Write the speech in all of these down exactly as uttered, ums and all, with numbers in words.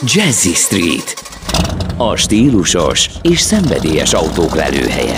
Jazzy Street, a stílusos és szenvedélyes autók lelőhelye.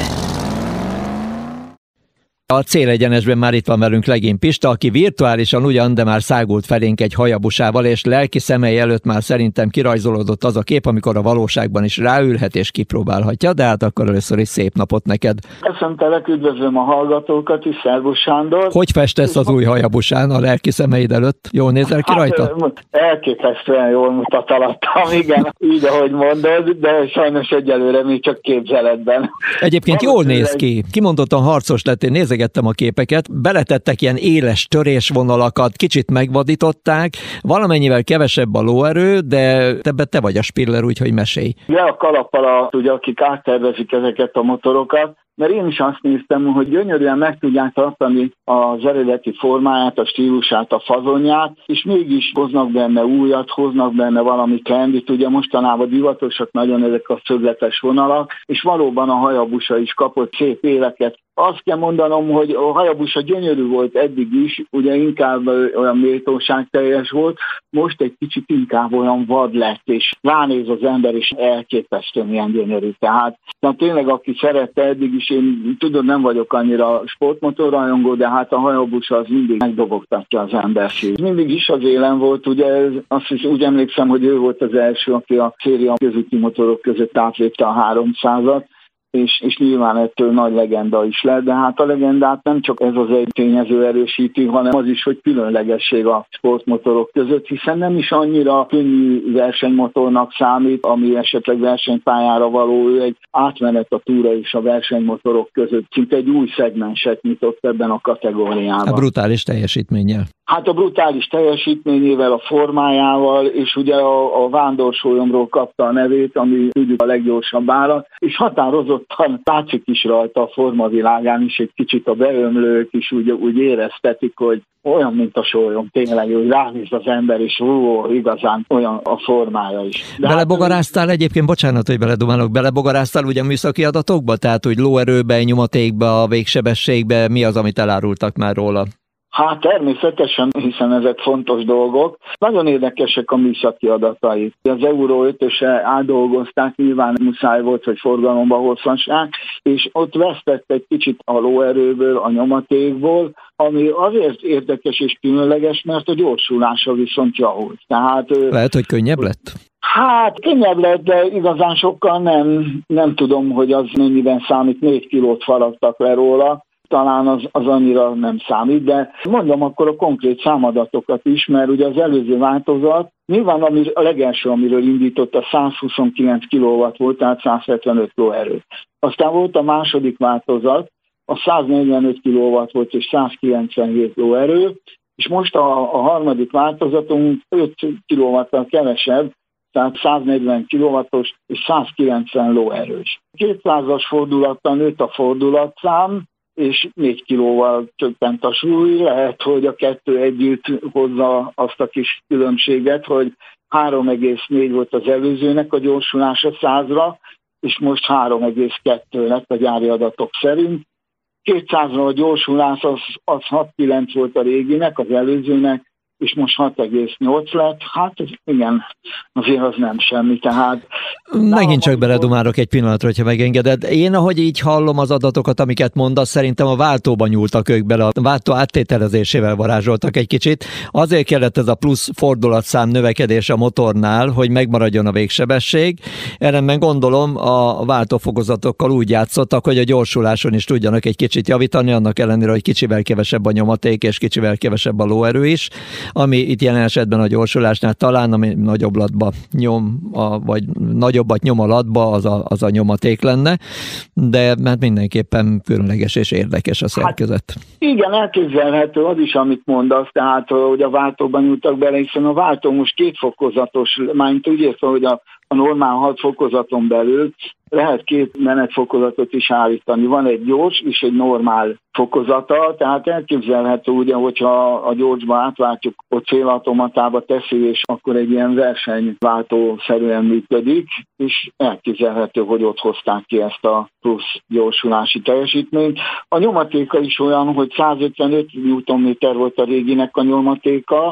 A célegyenesben már itt van velünk Legény Pista, aki virtuálisan ugyan, de már szágult felénk egy hajabusával, és lelki szemei előtt már szerintem kirajzolódott az a kép, amikor a valóságban is ráülhet és kipróbálhatja, de hát akkor először is szép napot neked. Köszöntelek, üdvözlöm a hallgatókat is, szervusz Sándor. Hogy festesz az új hajabusán a lelki szemeid előtt? Jól nézel ki rajta? Hát, elképesztően jól mutat alattam, igen, így ahogy mondod, de sajnos egyelőre még csak képzeletben. Egyébként jól néz ki, kimondottan harcos lettél, nézegettem a képeket, beletettek ilyen éles törésvonalakat, kicsit megvadították, valamennyivel kevesebb a lóerő, de te, te vagy a spiller, úgyhogy mesélj. Ja, a kalap alatt, ugye, akik áttervezik ezeket a motorokat, mert én is azt néztem, hogy gyönyörűen meg tudják tartani az eredeti formáját, a stílusát, a fazonját, és mégis hoznak benne újat, hoznak benne valami trendit, ugye mostanában divatosak nagyon ezek a szögletes vonalak, és valóban a Hayabusa is kapott szép éleket. Azt kell mondanom, hogy a Hayabusa gyönyörű volt eddig is, ugye inkább olyan méltóságteljes volt, most egy kicsit inkább olyan vad lett, és ránéz az ember, és elképesztően ilyen gyönyörű. Tehát, tehát tényleg, aki szerette eddig is, én tudom, nem vagyok annyira sportmotorrajongó, de hát a Hayabusa az mindig megdobogtatja az ember szívét. Mindig is az élen volt, ugye azt is úgy emlékszem, hogy ő volt az első, aki a széria közúti motorok között átlépte a háromszázat, És, és nyilván ettől nagy legenda is lett, de hát a legendát nem csak ez az egy tényező erősíti, hanem az is, hogy különlegesség a sportmotorok között, hiszen nem is annyira könnyű versenymotornak számít, ami esetleg versenypályára való, ő egy átmenet a túra és a versenymotorok között, szinte egy új szegmenset nyitott ebben a kategóriában. A brutális teljesítménnyel. Hát a brutális teljesítményével, a formájával, és ugye a, a vándorsolyomról kapta a nevét, ami tudjuk a leggyorsabb állat, és határozottan látszik is rajta a formavilágán is, egy kicsit a beömlők is úgy, úgy éreztetik, hogy olyan, mint a sólyom, tényleg, hogy ránéz az ember, és ó, igazán olyan a formája is. De belebogaráztál hát, egyébként, bocsánat, hogy beledumálok, belebogaráztál ugye műszaki adatokba? Tehát, hogy lóerőbe, nyomatékba, a végsebességbe, mi az, amit elárultak már róla? Hát természetesen, hiszen ezek fontos dolgok. Nagyon érdekesek a műszaki adatai. Az Euro ötöse átdolgozták, nyilván muszáj volt, hogy forgalomba hozhassák, és ott vesztett egy kicsit a lóerőből, a nyomatékból, ami azért érdekes és különleges, mert a gyorsulása viszont javult. Tehát, lehet, hogy könnyebb lett? Hát könnyebb lett, de igazán sokkal nem, nem tudom, hogy az mennyiben számít, négy kilót faragtak le róla. Talán az, az annyira nem számít, de mondom akkor a konkrét számadatokat is, mert ugye az előző változat, nyilván ami, a legelső, amiről indított, a százhuszonkilenc kilowatt volt, tehát száz hetvenöt lóerő. Aztán volt a második változat, a száznegyvenöt kilowatt volt és száz kilencvenhét lóerő, és most a, a harmadik változatunk öt kilowattal kevesebb, tehát száznegyven kilowattos és száz kilencven lóerős. kétszázas fordulattal nőtt a fordulatszám, és négy kilóval csökkent a súly, lehet, hogy a kettő együtt hozza azt a kis különbséget, hogy három egész négy volt az előzőnek a gyorsulása százra, és most három egész kettő lett a gyári adatok szerint. kétszázra a gyorsulás az, az hat egész kilenc volt a réginek, az előzőnek, és most hat egész nyolc lett, hát igen, azért az nem semmi, tehát... Megint csak beledumálok egy pillanatra, hogyha megengeded. Én, ahogy így hallom az adatokat, amiket mondasz, szerintem a váltóban nyúltak ők bele, a váltó áttételezésével varázsoltak egy kicsit. Azért kellett ez a plusz fordulatszám növekedés a motornál, hogy megmaradjon a végsebesség. Ellenben gondolom a váltófokozatokkal úgy játszottak, hogy a gyorsuláson is tudjanak egy kicsit javítani, annak ellenére, hogy kicsivel kevesebb a nyomaték, és kicsivel kevesebb a lóerő is, ami itt jelen esetben a gyorsulásnál talán, ami nagyobb latba nyom, a, vagy nagyobbat nyom a latba, az a, az a nyomaték lenne, de mert mindenképpen különleges és érdekes a szerkezet. Hát, igen, elképzelhető az is, amit mondasz, tehát, hogy a váltóban nyúltak bele, hiszen a váltó most két fokozatos, mármint úgy értem, hogy a a normál hat fokozaton belül lehet két menetfokozatot is állítani. Van egy gyors és egy normál fokozata, tehát elképzelhető ugye, hogyha a gyorsba átváltjuk, ott célautomatába teszi, és akkor egy ilyen versenyváltószerűen működik, és elképzelhető, hogy ott hozták ki ezt a plusz gyorsulási teljesítményt. A nyomatéka is olyan, hogy százötvenöt newtonméter volt a réginek a nyomatéka,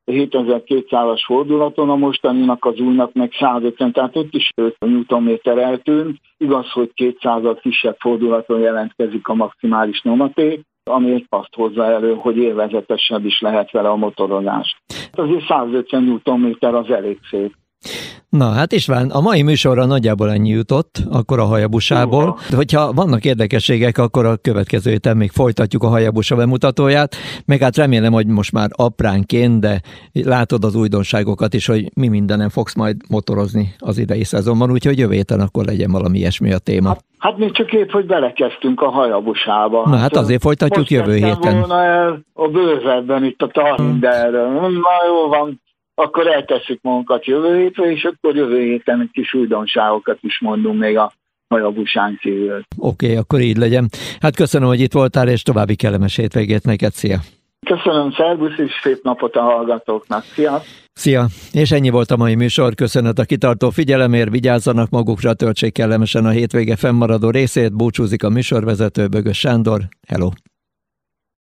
hétezer-kétszázas fordulaton, a mostaninak az újnak meg százötven, tehát ott is ötven newtonméter eltűnt. Igaz, hogy kétszázal kisebb fordulaton jelentkezik a maximális nyomaték, ami azt hozza elő, hogy élvezetesebb is lehet vele a motorozás. Azért százötven newtonméter az elég szép. Na hát István, a mai műsorra nagyjából ennyi jutott, akkor a Hayabusából. Hogyha vannak érdekességek, akkor a következő héten még folytatjuk a Hayabusa bemutatóját, meg hát remélem, hogy most már apránként, de látod az újdonságokat is, hogy mi mindenem fogsz majd motorozni az idei szezonban, úgyhogy jövő héten akkor legyen valami ilyesmi a téma. Hát, hát még csak épp, hogy belekezdtünk a Hayabusába. Na hát azért folytatjuk most jövő héten. Volna el a bővebben itt a Tarminderről. Na jó van. Akkor eltesszük magunkat jövő hétre, és akkor jövő héten egy kis újdonságokat is mondunk még a Hayabusán kívül. Oké, okay, akkor így legyen. Hát köszönöm, hogy itt voltál, és további kellemes hétvégét neked. Szia! Köszönöm, szervusz, és szép napot a hallgatóknak. Szia! Szia! És ennyi volt a mai műsor. Köszönet a kitartó figyelemért, vigyázzanak magukra, töltsék kellemesen a hétvége fennmaradó részét. Búcsúzik a műsorvezető, Bögös Sándor. Hello!